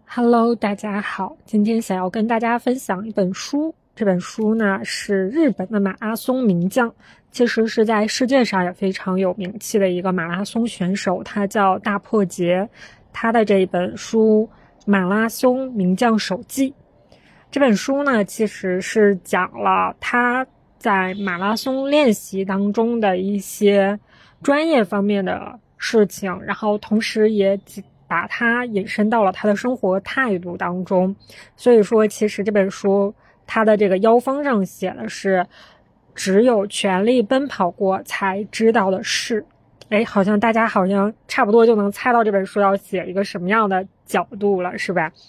Hello，大家好，今天想要跟大家分享一本书。这本书呢是日本的马拉松名将，其实是在世界上也非常有名气的一个马拉松选手，他叫大破节。他的这本书《马拉松名将手记》，这本书呢其实是讲了他在马拉松练习当中的一些专业方面的事情，然后同时也把它引申到了他的生活态度当中。所以说其实这本书它的这个腰封上写的是只有全力奔跑过才知道的事。好像大家差不多就能猜到这本书要写一个什么样的角度了，是吧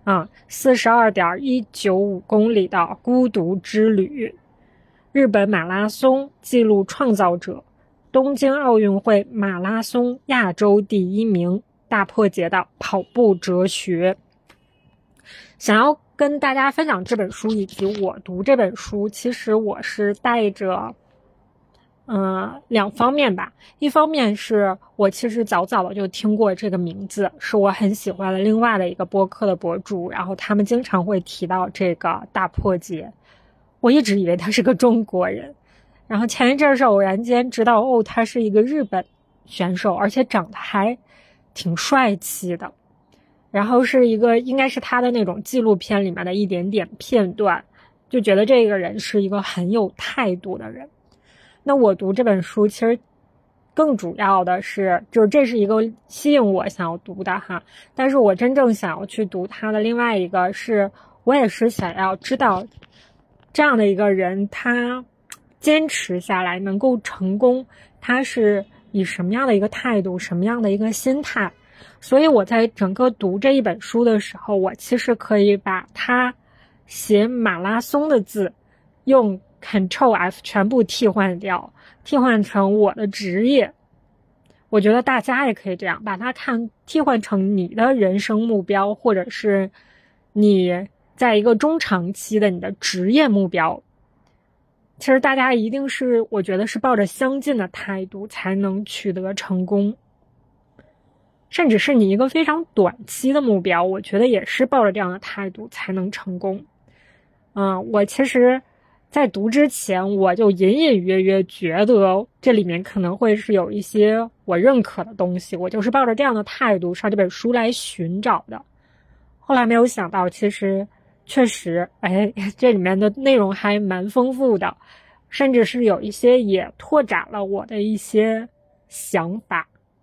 ？42.195公里的孤独之旅，日本马拉松纪录创造者，东京奥运会马拉松亚洲第一名，大破节的跑步哲学。想要跟大家分享这本书以及我读这本书，其实我是带着两方面吧。一方面是我其实早的就听过这个名字，是我很喜欢的另外的一个播客的博主，然后他们经常会提到这个大破节，我一直以为他是个中国人，然后前一阵是偶然间知道他是一个日本选手，而且长得还挺帅气的，然后是一个应该是他的那种纪录片里面的一点点片段，就觉得这个人是一个很有态度的人。那我读这本书其实更主要的是，就是这是一个吸引我想要读的哈，但是我真正想要去读它的另外一个是，我也是想要知道这样的一个人他坚持下来能够成功，他是以什么样的一个态度，什么样的一个心态。所以我在整个读这一本书的时候，我其实可以把他写马拉松的字用 Ctrl+F 全部替换掉，替换成我的职业。我觉得大家也可以这样把它替换成你的人生目标，或者是你在一个中长期的你的职业目标。其实大家一定是，我觉得是抱着相近的态度才能取得成功，甚至是你一个非常短期的目标，我觉得也是抱着这样的态度才能成功。我其实在读之前我就隐隐约约觉得这里面可能会是有一些我认可的东西，我就是抱着这样的态度上这本书来寻找的。后来没有想到，其实确实这里面的内容还蛮丰富的，甚至是有一些也拓展了我的一些想法。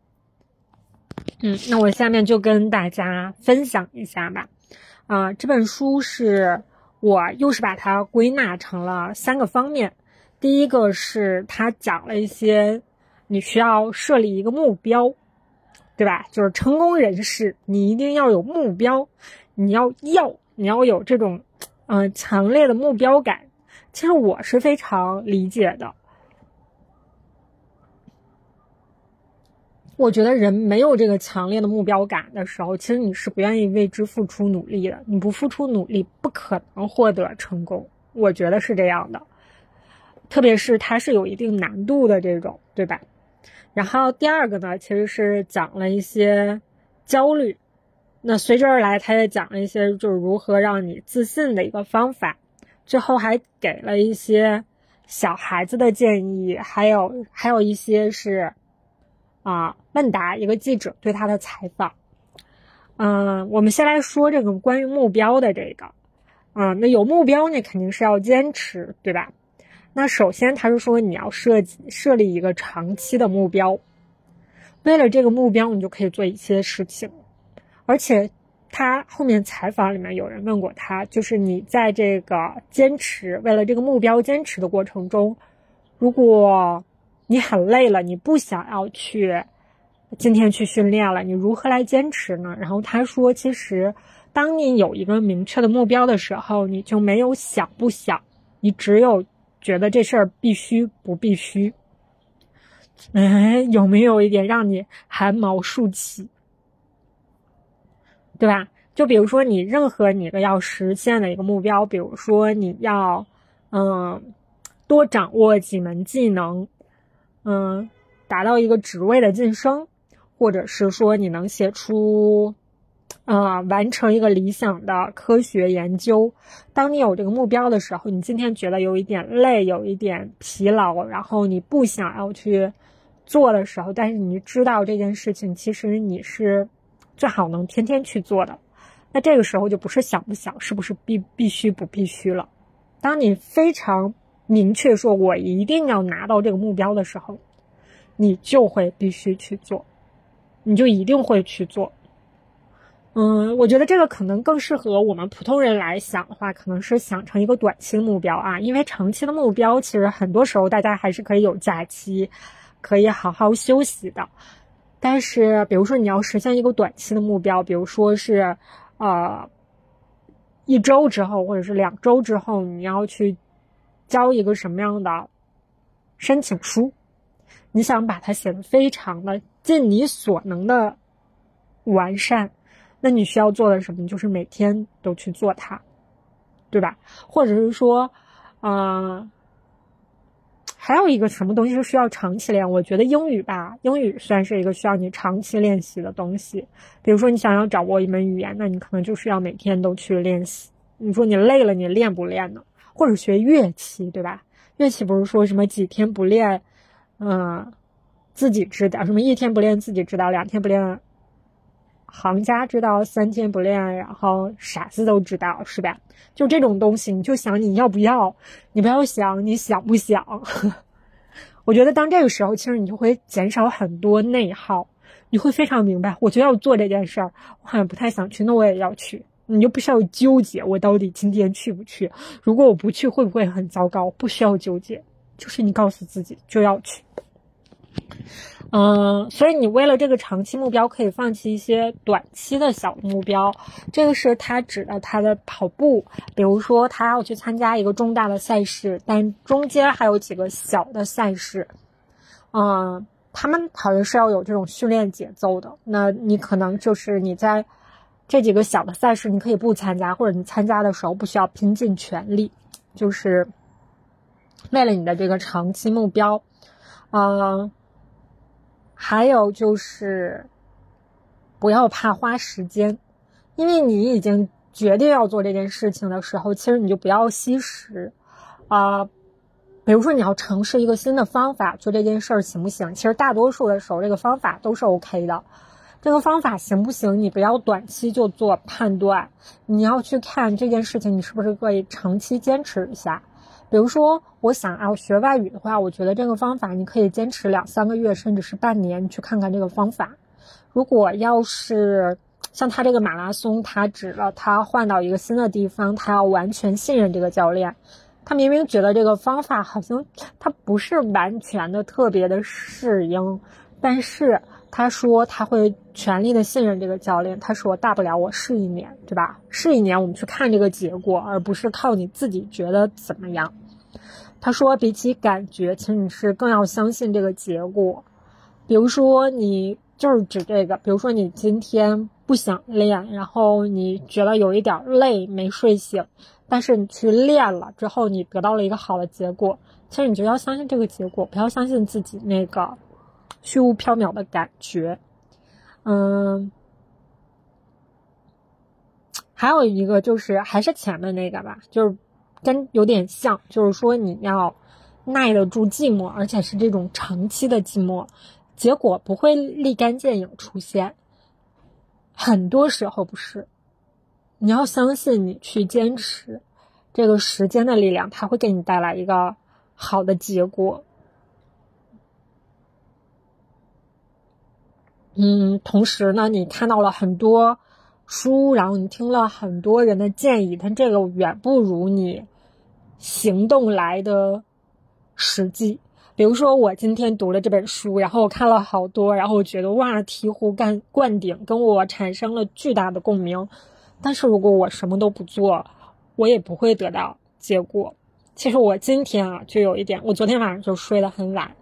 那我下面就跟大家分享一下吧。这本书是我又是把它归纳成了3个方面。第一个是它讲了一些你需要设立一个目标，对吧？就是成功人士你一定要有目标，你要有这种强烈的目标感。其实我是非常理解的。我觉得人没有这个强烈的目标感的时候，其实你是不愿意为之付出努力的，你不付出努力不可能获得成功，我觉得是这样的。特别是它是有一定难度的这种，对吧？然后第二个呢，其实是讲了一些焦虑，那随之而来他也讲了一些就是如何让你自信的一个方法，最后还给了一些小孩子的建议，还有一些是问答一个记者对他的采访。我们先来说这个关于目标的这个。那有目标你肯定是要坚持，对吧？那首先他是说你要设立一个长期的目标，为了这个目标你就可以做一些事情。而且他后面采访里面有人问过他，就是你在这个为了这个目标坚持的过程中，如果你很累了，你不想要今天去训练了，你如何来坚持呢？然后他说，其实当你有一个明确的目标的时候，你就没有想不想，你只有觉得这事儿必须不必须。有没有一点让你汗毛竖起，对吧？就比如说你任何你要实现的一个目标，比如说你要多掌握几门技能，达到一个职位的晋升，或者是说你能写出完成一个理想的科学研究。当你有这个目标的时候，你今天觉得有一点累，有一点疲劳，然后你不想要去做的时候，但是你知道这件事情其实你是最好能天天去做的，那这个时候就不是想不想，是不是必须不必须了。当你非常明确说我一定要拿到这个目标的时候，你就会必须去做，你就一定会去做。我觉得这个可能更适合我们普通人来想的话，可能是想成一个短期的目标啊，因为长期的目标其实很多时候大家还是可以有假期，可以好好休息的。但是比如说你要实现一个短期的目标，比如说是1周之后或者是2周之后，你要去交一个什么样的申请书，你想把它写得非常的尽你所能的完善，那你需要做的什么，就是每天都去做它，对吧？或者是说还有一个什么东西是需要长期练，我觉得英语吧，英语算是一个需要你长期练习的东西。比如说你想要掌握一门语言，那你可能就是要每天都去练习。你说你累了，你练不练呢？或者学乐器，对吧？乐器不是说什么几天不练自己知道，什么1天不练自己知道，2天不练行家知道，3天不练然后傻子都知道，是吧？就这种东西你就想你要不要，你不要想你想不想。我觉得当这个时候其实你就会减少很多内耗，你会非常明白我就要做这件事儿，我好像不太想去，那我也要去，你就不需要纠结我到底今天去不去，如果我不去会不会很糟糕，不需要纠结，就是你告诉自己就要去。所以你为了这个长期目标可以放弃一些短期的小目标，这个是他指的他的跑步，比如说他要去参加一个重大的赛事，但中间还有几个小的赛事，他们好像是要有这种训练节奏的，那你可能就是你在这几个小的赛事你可以不参加，或者你参加的时候不需要拼尽全力，就是为了你的这个长期目标。还有就是不要怕花时间，因为你已经决定要做这件事情的时候，其实你就不要惜时。比如说你要尝试一个新的方法做这件事儿行不行，其实大多数的时候这个方法都是 OK 的，这个方法行不行你不要短期就做判断，你要去看这件事情你是不是可以长期坚持一下。比如说我想要学外语的话，我觉得这个方法你可以坚持2-3个月甚至是半年，你去看看这个方法。如果要是像他这个马拉松，他指了他换到一个新的地方，他要完全信任这个教练，他明明觉得这个方法好像他不是完全的特别的适应，但是他说他会全力的信任这个教练，他说大不了我试1年，对吧？试1年我们去看这个结果，而不是靠你自己觉得怎么样。他说比起感觉，其实你是更要相信这个结果。比如说你就是指这个，比如说你今天不想练，然后你觉得有一点累没睡醒，但是你去练了之后你得到了一个好的结果，其实你就要相信这个结果，不要相信自己那个虚无缥缈的感觉。还有一个就是还是前面那个吧，就是跟有点像，就是说你要耐得住寂寞，而且是这种长期的寂寞，结果不会立竿见影出现，很多时候不是。你要相信你去坚持，这个时间的力量它会给你带来一个好的结果。同时呢你看到了很多书，然后你听了很多人的建议，但这个远不如你行动来的实际。比如说我今天读了这本书，然后我看了好多，然后我觉得哇醍醐灌顶，跟我产生了巨大的共鸣，但是如果我什么都不做，我也不会得到结果。其实我今天就有一点，我昨天晚上就睡得很晚，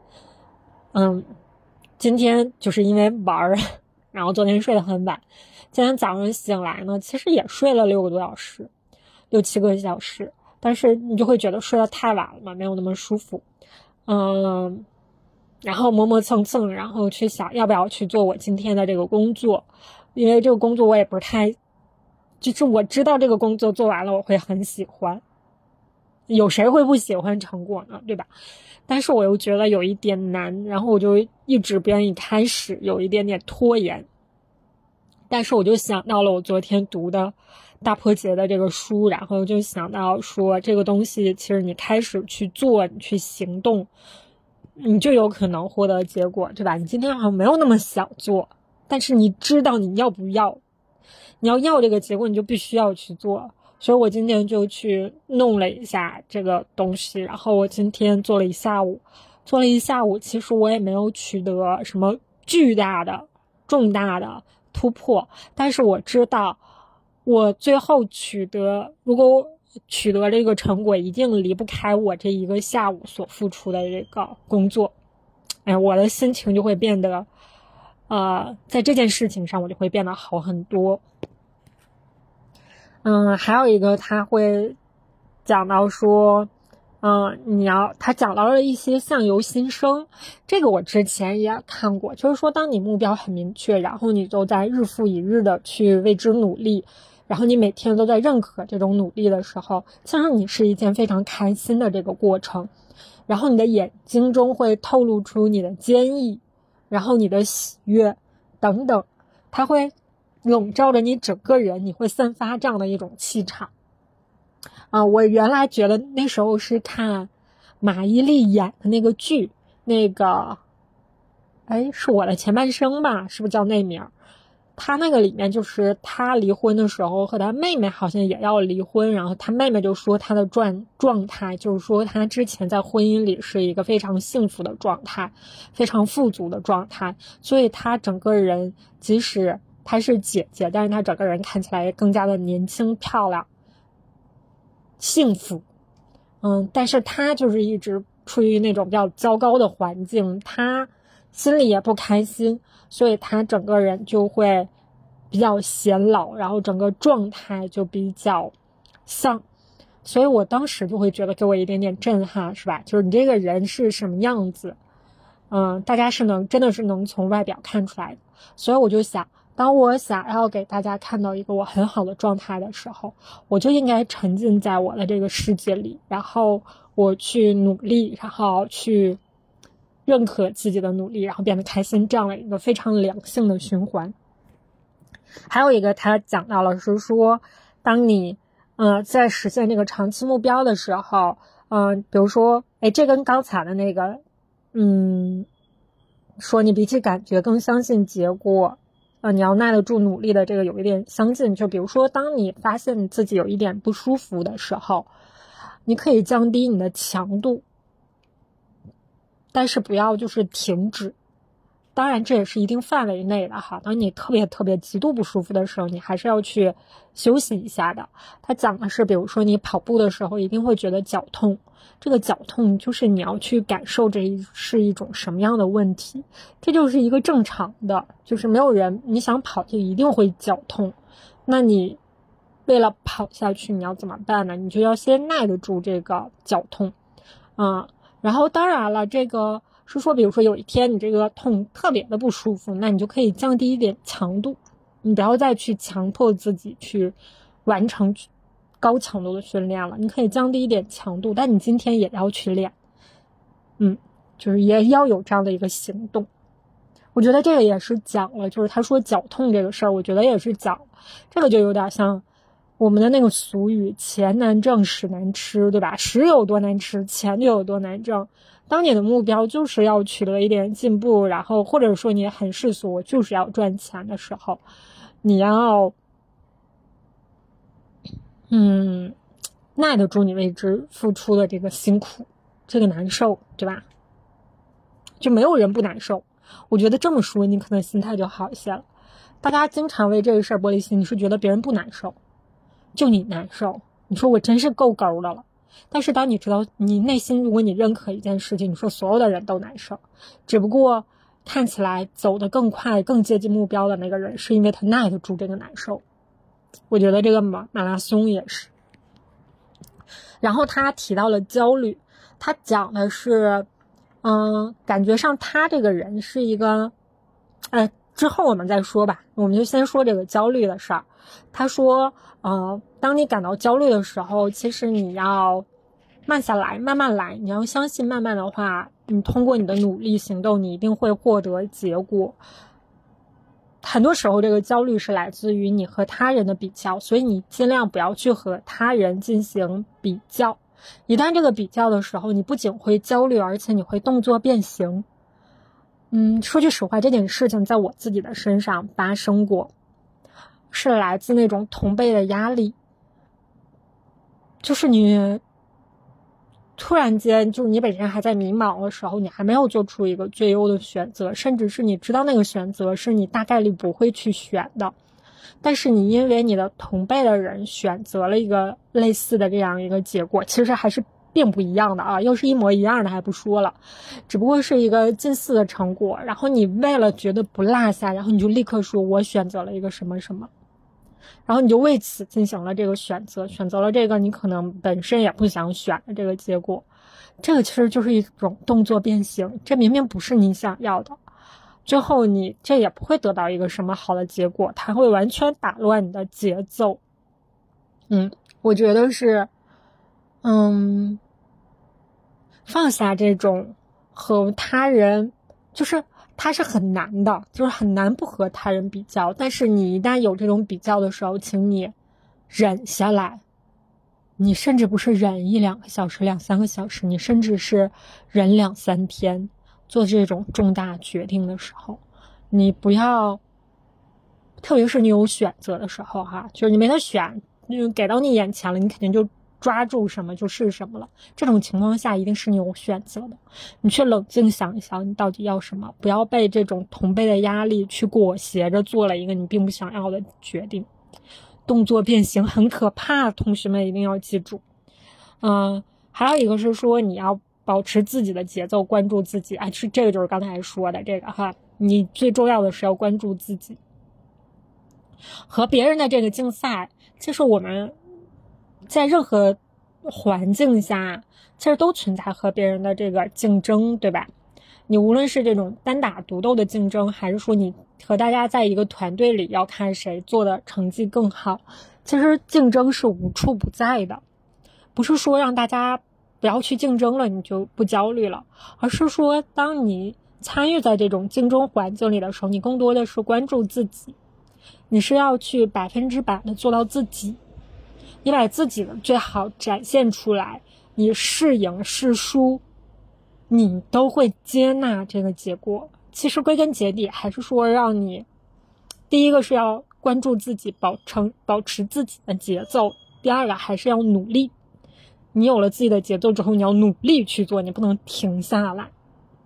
今天就是因为玩然后昨天睡得很晚，今天早上醒来呢，其实也睡了6个多小时，6-7个小时，但是你就会觉得睡得太晚了嘛，没有那么舒服。然后磨磨蹭蹭，然后去想要不要去做我今天的这个工作，因为这个工作我也不是太就是我知道这个工作做完了我会很喜欢，有谁会不喜欢成果呢，对吧？但是我又觉得有一点难，然后我就一直不愿意开始，有一点点拖延。但是我就想到了我昨天读的大破节的这个书，然后就想到说这个东西其实你开始去做，你去行动，你就有可能获得结果，对吧？你今天好像没有那么想做，但是你知道你要不要，你要这个结果，你就必须要去做。所以我今天就去弄了一下这个东西，然后我今天做了一下午，其实我也没有取得什么巨大的重大的突破，但是我知道我最后如果取得这个成果，一定离不开我这一个下午所付出的这个工作。我的心情就会变得在这件事情上我就会变得好很多。还有一个他会讲到说他讲到了一些相由心生，这个我之前也看过，就是说当你目标很明确，然后你都在日复一日的去为之努力，然后你每天都在认可这种努力的时候，其实你是一件非常开心的这个过程，然后你的眼睛中会透露出你的坚毅，然后你的喜悦等等，它会笼罩着你整个人，你会散发这样的一种气场。我原来觉得那时候是看马伊琍演的那个剧，那个是我的前半生吧，是不是叫那名？他那个里面就是他离婚的时候和他妹妹好像也要离婚，然后他妹妹就说他的状态就是说他之前在婚姻里是一个非常幸福的状态，非常富足的状态，所以他整个人即使他是姐姐，但是他整个人看起来更加的年轻漂亮幸福。但是他就是一直处于那种比较糟糕的环境，他心里也不开心，所以他整个人就会比较显老，然后整个状态就比较丧。所以我当时就会觉得给我一点点震撼，是吧？就是你这个人是什么样子，大家真的是能从外表看出来的。所以我就想，当我想要给大家看到一个我很好的状态的时候，我就应该沉浸在我的这个世界里，然后我去努力，然后去认可自己的努力，然后变得开心，这样的一个非常良性的循环。还有一个他讲到了是说，当你在实现这个长期目标的时候，比如说这跟刚才的那个说你比起感觉更相信结果，你要耐得住努力的这个有一点相近。就比如说当你发现你自己有一点不舒服的时候，你可以降低你的强度，但是不要就是停止。当然这也是一定范围内的哈，当你特别特别极度不舒服的时候，你还是要去休息一下的。他讲的是比如说你跑步的时候一定会觉得脚痛，这个脚痛就是你要去感受这是一种什么样的问题，这就是一个正常的，就是没有人你想跑就一定会脚痛，那你为了跑下去你要怎么办呢？你就要先耐得住这个脚痛然后当然了，这个是说比如说有一天你这个痛特别的不舒服，那你就可以降低一点强度，你不要再去强迫自己去完成高强度的训练了，你可以降低一点强度，但你今天也要去练，就是也要有这样的一个行动。我觉得这个也是讲了，就是他说脚痛这个事儿，我觉得也是讲这个就有点像我们的那个俗语，钱难挣屎难吃，对吧？屎有多难吃，钱就有多难挣。当你的目标就是要取得一点进步，然后或者说你很世俗，我就是要赚钱的时候，你要耐得住你为之付出的这个辛苦，这个难受，对吧？就没有人不难受。我觉得这么说你可能心态就好一些了。大家经常为这个事儿玻璃心，你是觉得别人不难受，就你难受，你说我真是够勾的了。但是当你知道你内心如果你认可一件事情，你说所有的人都难受，只不过看起来走得更快更接近目标的那个人是因为他耐得住这个难受。我觉得这个马拉松也是。然后他提到了焦虑，他讲的是感觉上他这个人是一个之后我们再说吧，我们就先说这个焦虑的事儿。 他说当你感到焦虑的时候，其实你要慢下来，慢慢来，你要相信慢慢的话，你通过你的努力行动，你一定会获得结果。很多时候这个焦虑是来自于你和他人的比较，所以你尽量不要去和他人进行比较。一旦这个比较的时候，你不仅会焦虑，而且你会动作变形。说句实话，这件事情在我自己的身上发生过，是来自那种同辈的压力。就是你突然间，就是你本身还在迷茫的时候，你还没有做出一个最优的选择，甚至是你知道那个选择是你大概率不会去选的，但是你因为你的同辈的人选择了一个类似的这样一个结果，其实还是并不一样的啊，又是一模一样的还不说了，只不过是一个近似的成果，然后你为了觉得不落下，然后你就立刻说我选择了一个什么什么，然后你就为此进行了这个选择，选择了这个你可能本身也不想选的这个结果。这个其实就是一种动作变形，这明明不是你想要的，最后你这也不会得到一个什么好的结果，它会完全打乱你的节奏。我觉得是放下这种和他人，就是它是很难的，就是很难不和他人比较，但是你一旦有这种比较的时候，请你忍下来。你甚至不是忍1-2个小时、2-3个小时，你甚至是忍2-3天，做这种重大决定的时候，你不要，特别是你有选择的时候哈，就是你没得选，给到你眼前了，你肯定就抓住什么就是什么了。这种情况下一定是你有选择的，你去冷静想一想你到底要什么，不要被这种同辈的压力去裹挟着做了一个你并不想要的决定。动作变形很可怕，同学们一定要记住。还有一个是说你要保持自己的节奏，关注自己。是这个就是刚才说的这个哈，你最重要的是要关注自己。和别人的这个竞赛，其实我们在任何环境下其实都存在和别人的这个竞争，对吧？你无论是这种单打独斗的竞争，还是说你和大家在一个团队里要看谁做的成绩更好，其实竞争是无处不在的。不是说让大家不要去竞争了你就不焦虑了，而是说当你参与在这种竞争环境里的时候，你更多的是关注自己，你是要去100%的做到自己，你把自己的最好展现出来，你是赢是输你都会接纳这个结果。其实归根结底还是说让你，第一个是要关注自己，保持自己的节奏，第二个还是要努力。你有了自己的节奏之后，你要努力去做，你不能停下来。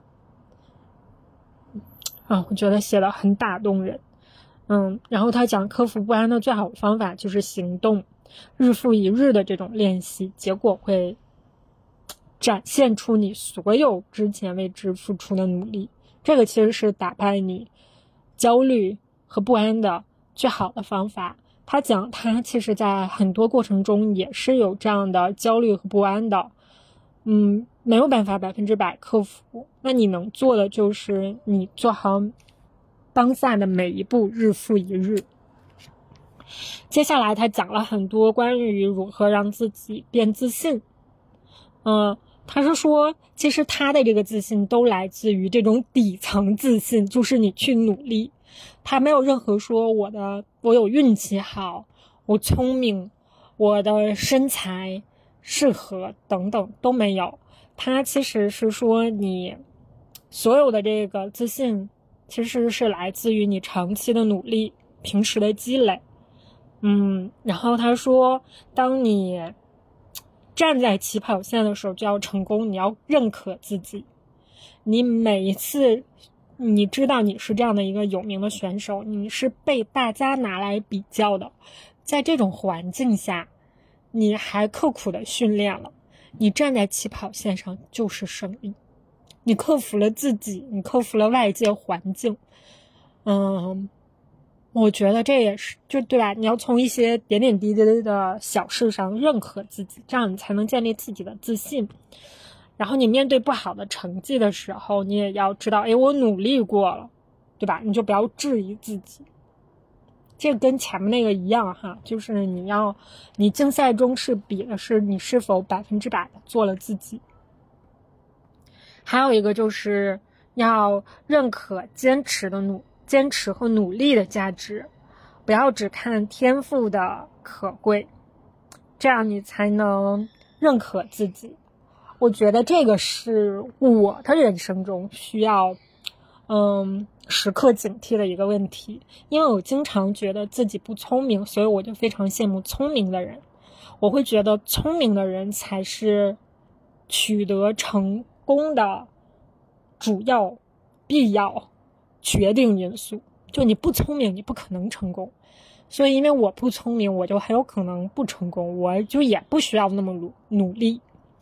我觉得写得很打动人。然后他讲克服不安的最好的方法就是行动，日复一日的这种练习，结果会展现出你所有之前为之付出的努力。这个其实是打败你焦虑和不安的最好的方法。他讲他其实在很多过程中也是有这样的焦虑和不安的，没有办法100%克服。那你能做的就是你做好当下的每一步，日复一日。接下来他讲了很多关于如何让自己变自信。他是说其实他的这个自信都来自于这种底层自信，就是你去努力。他没有任何说我有运气好，我聪明，我的身材适合等等都没有。他其实是说你所有的这个自信其实是来自于你长期的努力，平时的积累。然后他说当你站在起跑线的时候就要成功，你要认可自己。你每一次你知道你是这样的一个有名的选手，你是被大家拿来比较的，在这种环境下你还刻苦的训练了，你站在起跑线上就是胜利。你克服了自己，你克服了外界环境。我觉得这也是就对吧，你要从一些点点滴滴的小事上认可自己，这样你才能建立自己的自信。然后你面对不好的成绩的时候，你也要知道我努力过了，对吧？你就不要质疑自己。 这跟前面那个一样哈，就是你竞赛中是比的是你是否100%的做了自己。还有一个就是要认可坚持和努力的价值，不要只看天赋的可贵，这样你才能认可自己。我觉得这个是我的人生中需要时刻警惕的一个问题，因为我经常觉得自己不聪明，所以我就非常羡慕聪明的人。我会觉得聪明的人才是取得成功的主要必要决定因素，就你不聪明你不可能成功，所以因为我不聪明我就很有可能不成功，我就也不需要那么努力。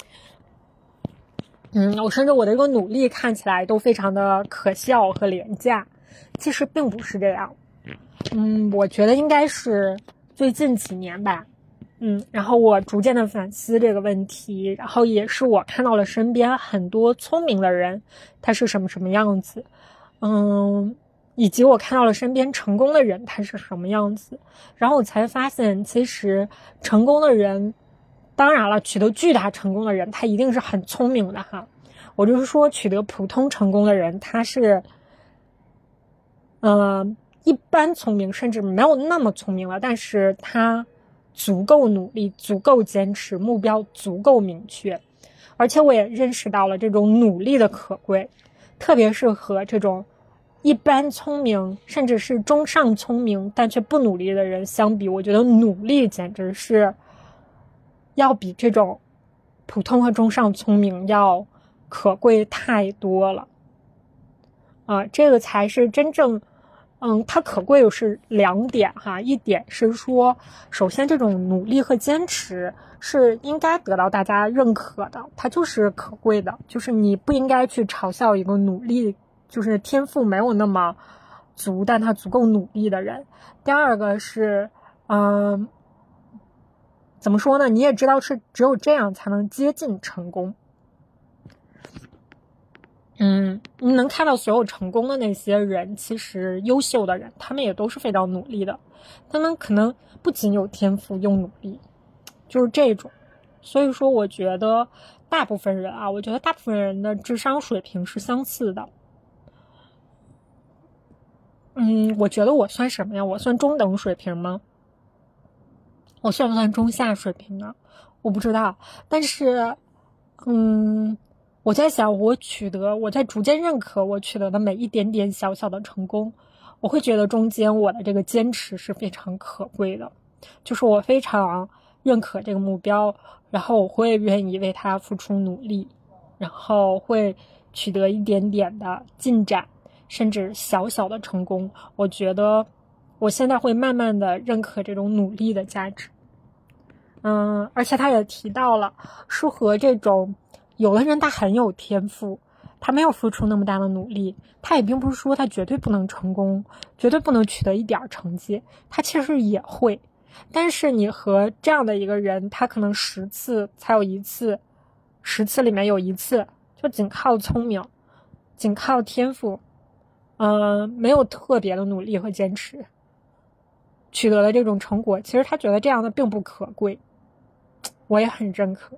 我甚至我的这个努力看起来都非常的可笑和廉价，其实并不是这样。我觉得应该是最近几年吧，然后我逐渐的反思这个问题，然后也是我看到了身边很多聪明的人他是什么样子，以及我看到了身边成功的人他是什么样子，然后我才发现其实成功的人，当然了，取得巨大成功的人他一定是很聪明的哈。我就是说取得普通成功的人他是一般聪明甚至没有那么聪明了，但是他足够努力足够坚持，目标足够明确。而且我也认识到了这种努力的可贵，特别是和这种一般聪明甚至是中上聪明但却不努力的人相比，我觉得努力简直是要比这种普通和中上聪明要可贵太多了这个才是真正它可贵的是2点哈。一点是说，首先这种努力和坚持是应该得到大家认可的，它就是可贵的，就是你不应该去嘲笑一个努力就是天赋没有那么足但他足够努力的人。第二个是怎么说呢，你也知道是只有这样才能接近成功。你能看到所有成功的那些人，其实优秀的人他们也都是非常努力的，他们可能不仅有天赋又努力，就是这种。所以说我觉得大部分人的智商水平是相似的。我觉得我算什么呀？我算中等水平吗？我算不算中下水平呢？我不知道。但是我在想我在逐渐认可我取得的每一点点小小的成功，我会觉得中间我的这个坚持是非常可贵的，就是我非常认可这个目标，然后我会愿意为它付出努力，然后会取得一点点的进展，甚至小小的成功。我觉得我现在会慢慢的认可这种努力的价值。而且他也提到了，是和这种有的人他很有天赋，他没有付出那么大的努力，他也并不是说他绝对不能成功，绝对不能取得一点成绩，他其实也会。但是你和这样的一个人，他可能10次才有1次，10次里面有1次就仅靠聪明仅靠天赋没有特别的努力和坚持取得了这种成果，其实他觉得这样的并不可贵，我也很认可。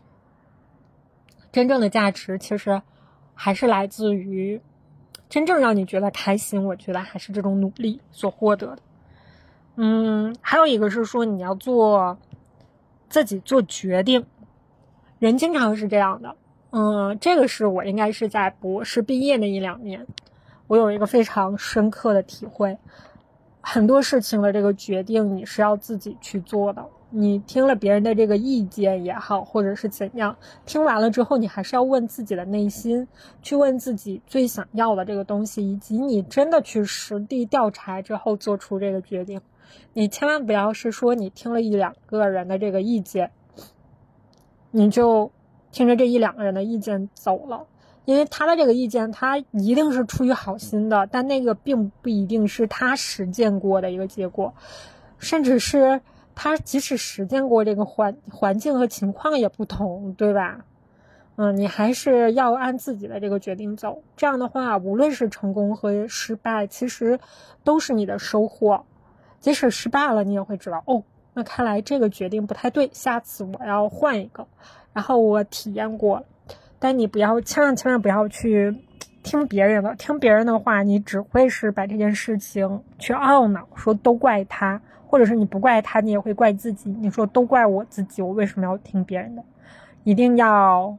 真正的价值其实还是来自于真正让你觉得开心，我觉得还是这种努力所获得的。还有一个是说你要自己做决定，人经常是这样的。这个是我应该是在博士毕业那1-2年，我有一个非常深刻的体会，很多事情的这个决定你是要自己去做的，你听了别人的这个意见也好，或者是怎样，听完了之后你还是要问自己的内心，去问自己最想要的这个东西，以及你真的去实地调查之后做出这个决定。你千万不要是说你听了1-2个人的这个意见，你就听着这1-2个人的意见走了，因为他的这个意见他一定是出于好心的，但那个并不一定是他实践过的一个结果，甚至是他即使实践过这个环境和情况也不同，对吧？你还是要按自己的这个决定走，这样的话无论是成功和失败其实都是你的收获。 即使失败了，你也会知道，哦，那看来这个决定不太对，下次我要换一个。然后我体验过了，但你千万不要去听别人的，听别人的话，你只会是把这件事情去懊恼，说都怪他，或者是你不怪他，你也会怪自己，你说都怪我自己，我为什么要听别人的？一定要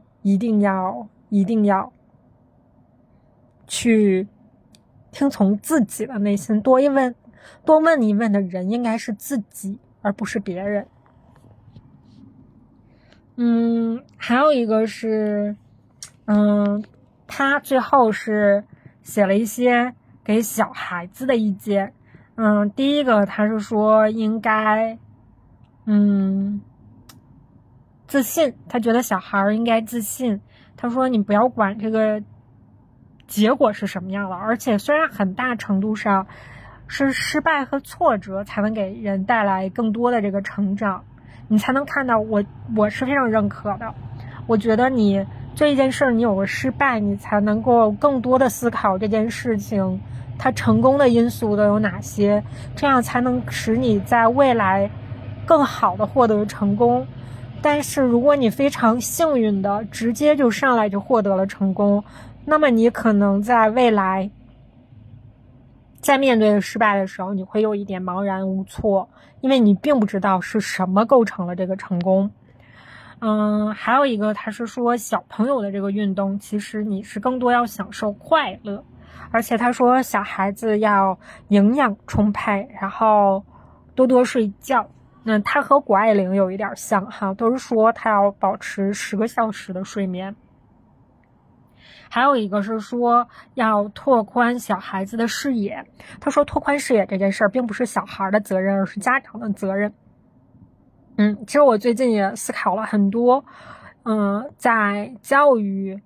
去听从自己的内心，多问一问的人应该是自己，而不是别人。还有一个是，他最后是写了一些给小孩子的意见。第一个他是说应该，自信，他觉得小孩应该自信。他说你不要管这个结果是什么样的，而且虽然很大程度上是失败和挫折才能给人带来更多的这个成长，你才能看到我是非常认可的。我觉得你做一件事你有个失败，你才能够更多的思考这件事情它成功的因素都有哪些，这样才能使你在未来更好的获得成功。但是如果你非常幸运的直接就上来就获得了成功，那么你可能在未来在面对失败的时候，你会有一点茫然无措，因为你并不知道是什么构成了这个成功。还有一个他是说小朋友的这个运动，其实你是更多要享受快乐，而且他说小孩子要营养充沛，然后多多睡觉。他和谷爱凌有一点像哈，都是说他要保持10个小时的睡眠。还有一个是说要拓宽小孩子的视野，他说拓宽视野这件事儿并不是小孩的责任，而是家长的责任。其实我最近也思考了很多，在教育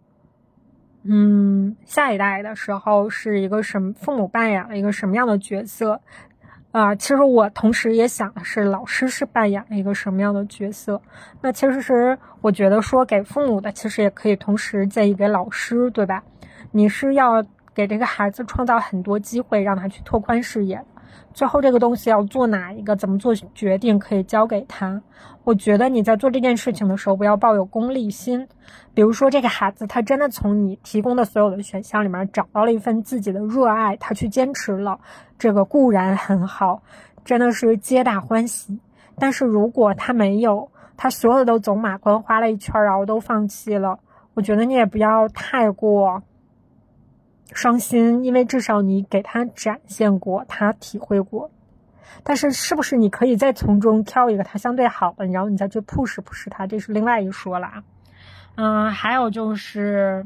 下一代的时候是一个父母扮演了一个什么样的角色。其实我同时也想的是老师是扮演了一个什么样的角色。那其实是我觉得说给父母的其实也可以同时建议给老师，对吧？你是要给这个孩子创造很多机会让他去拓宽视野，最后这个东西要做哪一个怎么做决定可以交给他。我觉得你在做这件事情的时候不要抱有功利心，比如说这个孩子他真的从你提供的所有的选项里面找到了一份自己的热爱，他去坚持了，这个固然很好，真的是皆大欢喜。但是如果他没有，他所有的都走马观花了一圈然后都放弃了，我觉得你也不要太过伤心，因为至少你给他展现过，他体会过。但是是不是你可以再从中挑一个他相对好的，然后你再去 push 他，这是另外一说了。还有就是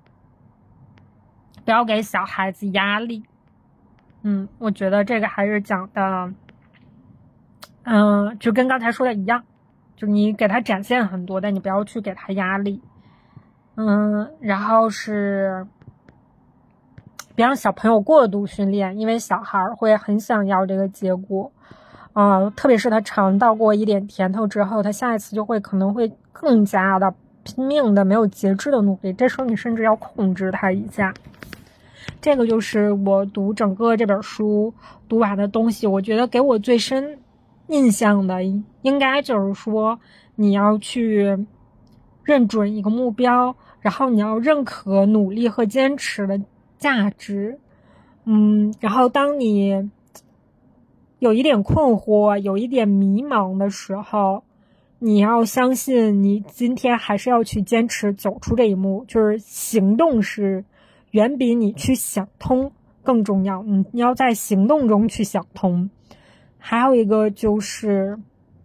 不要给小孩子压力。我觉得这个还是讲的就跟刚才说的一样，就你给他展现很多，但你不要去给他压力。然后是别让小朋友过度训练，因为小孩会很想要这个结果。特别是他尝到过一点甜头之后，他下一次就可能会更加的拼命的没有节制的努力，这时候你甚至要控制他一下。这个就是我读整个这本书读完的东西，我觉得给我最深印象的应该就是说你要去认准一个目标，然后你要认可努力和坚持的价值。然后当你有一点困惑有一点迷茫的时候，你要相信你今天还是要去坚持走出这一步，就是行动是远比你去想通更重要。你要在行动中去想通。还有一个就是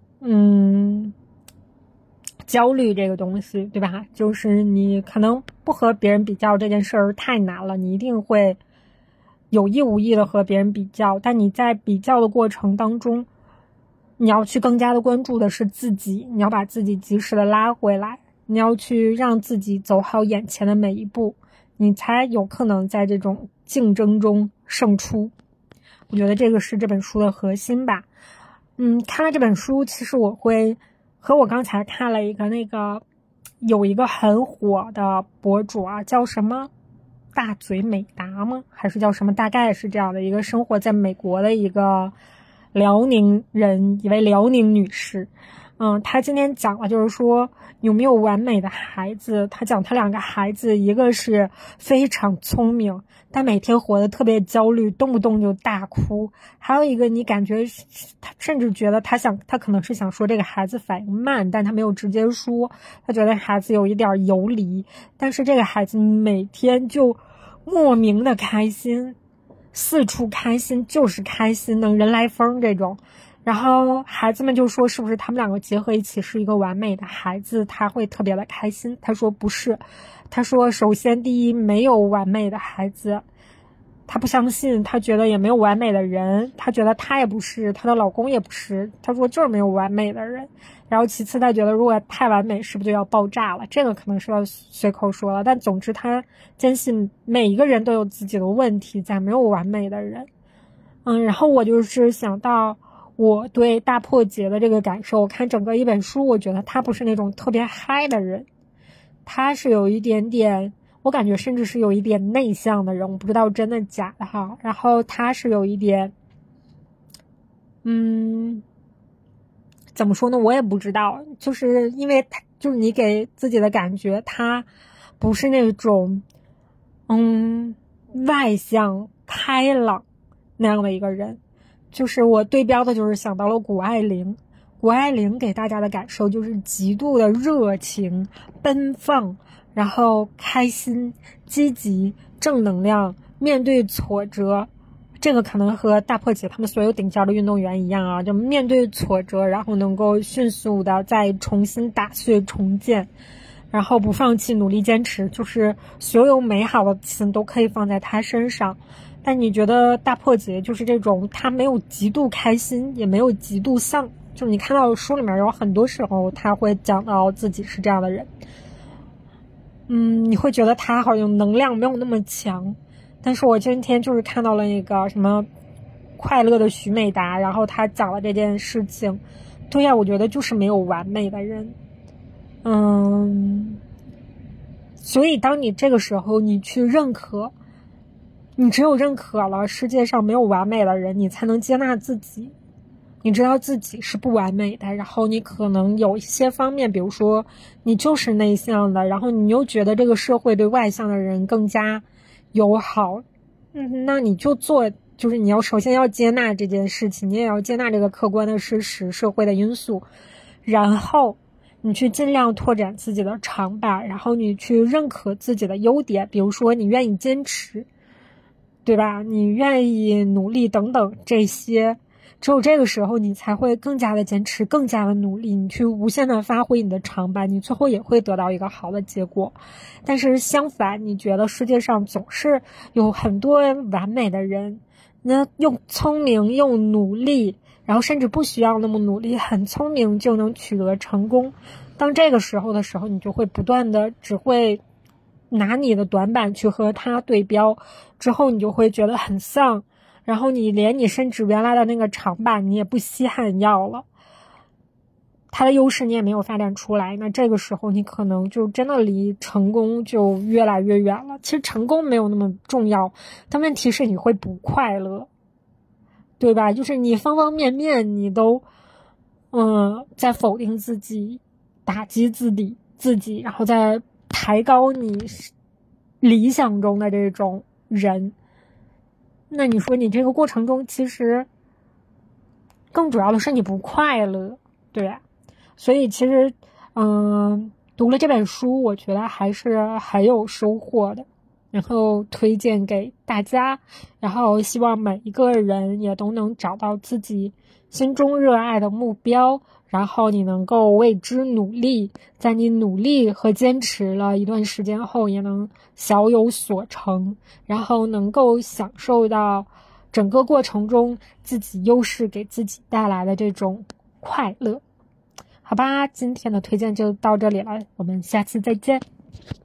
焦虑这个东西，对吧？就是你可能不和别人比较这件事儿太难了，你一定会有意无意的和别人比较，但你在比较的过程当中，你要去更加的关注的是自己，你要把自己及时的拉回来，你要去让自己走好眼前的每一步，你才有可能在这种竞争中胜出。我觉得这个是这本书的核心吧。看了这本书，其实我会和我刚才看了一个有一个很火的博主啊，叫什么大嘴美达吗？还是叫什么？大概是这样的一个生活在美国的一个辽宁人，一位辽宁女士。她今天讲了，就是说有没有完美的孩子。她讲她2个孩子，一个是非常聪明，但每天活得特别焦虑，动不动就大哭；还有一个你感觉她甚至觉得她可能是想说这个孩子反应慢，但她没有直接说，她觉得孩子有一点游离。但是这个孩子每天就莫名的开心，四处开心，就是开心，能人来疯这种。然后孩子们就说是不是他们2个结合一起是一个完美的孩子，他会特别的开心。他说不是，他说首先第一，没有完美的孩子，他不相信，他觉得也没有完美的人，他觉得他也不是，他的老公也不是，他说就是没有完美的人。然后其次他觉得如果太完美是不是就要爆炸了，这个可能是要随口说了，但总之他坚信每一个人都有自己的问题在，没有完美的人。然后我就是想到我对大破节的这个感受，我看整个一本书，我觉得他不是那种特别嗨的人，他是有一点点，我感觉甚至是有一点内向的人，我不知道真的假的哈。然后他是有一点怎么说呢，我也不知道，就是因为他就是你给自己的感觉，他不是那种外向开朗那样的一个人。就是我对标的就是想到了谷爱凌，谷爱凌给大家的感受就是极度的热情奔放，然后开心积极正能量，面对挫折，这个可能和大破节他们所有顶尖的运动员一样啊，就面对挫折然后能够迅速的再重新打碎重建，然后不放弃努力坚持，就是所有美好的词都可以放在他身上。但你觉得大破节就是这种，他没有极度开心，也没有极度丧，就你看到书里面有很多时候他会讲到自己是这样的人。你会觉得他好像能量没有那么强。但是我今天就是看到了那个什么快乐的徐美达，然后他讲了这件事情。对呀，我觉得就是没有完美的人。所以当你这个时候你去认可，你只有认可了世界上没有完美的人，你才能接纳自己。你知道自己是不完美的，然后你可能有一些方面，比如说你就是内向的，然后你又觉得这个社会对外向的人更加友好，那你就是你要首先要接纳这件事情，你也要接纳这个客观的事实，社会的因素，然后你去尽量拓展自己的长板，然后你去认可自己的优点，比如说你愿意坚持，对吧？你愿意努力等等这些，只有这个时候你才会更加的坚持，更加的努力，你去无限的发挥你的长板，你最后也会得到一个好的结果。但是相反，你觉得世界上总是有很多完美的人，那又聪明又努力，然后甚至不需要那么努力，很聪明就能取得成功。当这个时候的时候，你就会不断的只会拿你的短板去和他对标，之后你就会觉得很丧，然后你甚至原来的那个长板你也不稀罕要了，他的优势你也没有发展出来，那这个时候你可能就真的离成功就越来越远了。其实成功没有那么重要，但问题是你会不快乐，对吧？就是你方方面面你都在否定自己，打击自己，然后再抬高你理想中的这种人，那你说你这个过程中其实更主要的是你不快乐，对吧？所以其实读了这本书我觉得还是很有收获的，然后推荐给大家，然后希望每一个人也都能找到自己心中热爱的目标，然后你能够为之努力，在你努力和坚持了一段时间后也能小有所成，然后能够享受到整个过程中自己优势给自己带来的这种快乐。好吧，今天的推荐就到这里了，我们下次再见。